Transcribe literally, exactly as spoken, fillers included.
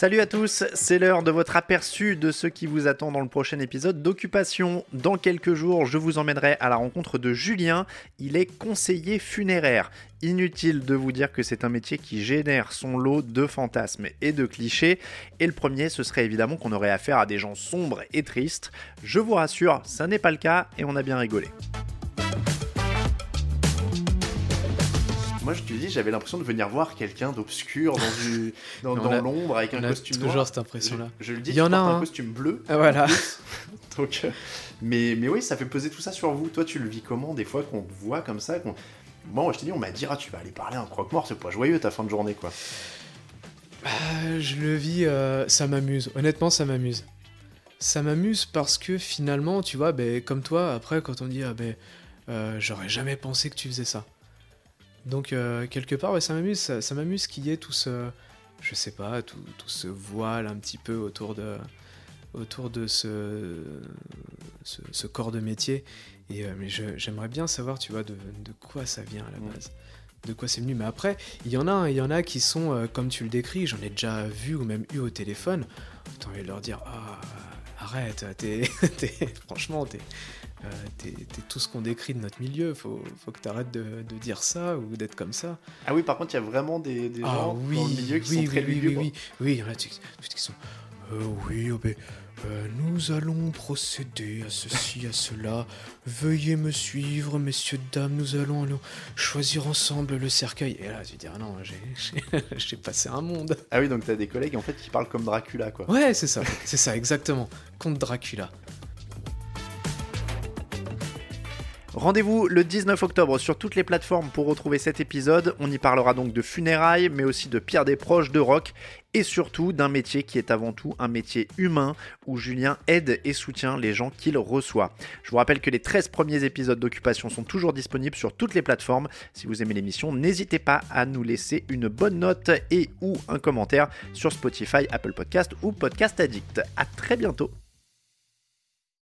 Salut à tous, c'est l'heure de votre aperçu de ce qui vous attend dans le prochain épisode d'Occupation. Dans quelques jours, je vous emmènerai à la rencontre de Julien. Il est conseiller funéraire. Inutile de vous dire que c'est un métier qui génère son lot de fantasmes et de clichés. Et le premier, ce serait évidemment qu'on aurait affaire à des gens sombres et tristes. Je vous rassure, ça n'est pas le cas et on a bien rigolé. Moi, je te dis, j'avais l'impression de venir voir quelqu'un d'obscur dans, du, dans, dans a, l'ombre avec un costume noir. Toujours cette impression-là. Je, je le dis, il y en a un un costume bleu. Ah, voilà. Donc, euh, mais, mais oui, ça fait peser tout ça sur vous. Toi, tu le vis comment des fois qu'on te voit comme ça qu'on... Moi, je t'ai dit, on m'a dit, ah, tu vas aller parler à un croque-mort, c'est pas joyeux ta fin de journée, quoi. Euh, je le vis, euh, ça m'amuse. Honnêtement, ça m'amuse. Ça m'amuse parce que finalement, tu vois, ben, comme toi, après, quand on dit, ah, ben, euh, j'aurais jamais pensé que tu faisais ça. Donc euh, quelque part ouais, ça m'amuse, ça, ça m'amuse qu'il y ait tout ce, je sais pas, tout, tout ce voile un petit peu autour de, autour de ce, ce, ce corps de métier. Et euh, mais je, j'aimerais bien savoir, tu vois, de, de quoi ça vient à la base, de quoi c'est venu. Mais après, il y en a, il y en a qui sont euh, comme tu le décris, j'en ai déjà vu ou même eu au téléphone. T'as envie de leur dire, ah, arrête, t'es, t'es, franchement, t'es Euh, t'es, t'es tout ce qu'on décrit de notre milieu, faut, faut que t'arrêtes de, de dire ça ou d'être comme ça. Ah oui, par contre, il y a vraiment des, des ah, gens oui, dans le milieu qui oui, sont très oui, lugubres. Oui, oui, oui, il y en a qui, qui sont... Euh, oui, oh ben, euh, nous allons procéder à ceci, à cela. Veuillez me suivre, messieurs, dames, nous allons, allons choisir ensemble le cercueil. Et là, tu dis, ah non, j'ai, j'ai, j'ai passé un monde. Ah oui, donc t'as des collègues en fait qui parlent comme Dracula, quoi. Ouais, c'est ça, c'est ça, exactement. Comte Dracula. Rendez-vous le dix-neuf octobre sur toutes les plateformes pour retrouver cet épisode. On y parlera donc de funérailles, mais aussi de pierre des proches, de rock, et surtout d'un métier qui est avant tout un métier humain, où Julien aide et soutient les gens qu'il reçoit. Je vous rappelle que les treize premiers épisodes d'Occupation sont toujours disponibles sur toutes les plateformes. Si vous aimez l'émission, n'hésitez pas à nous laisser une bonne note et ou un commentaire sur Spotify, Apple Podcast ou Podcast Addict. À très bientôt.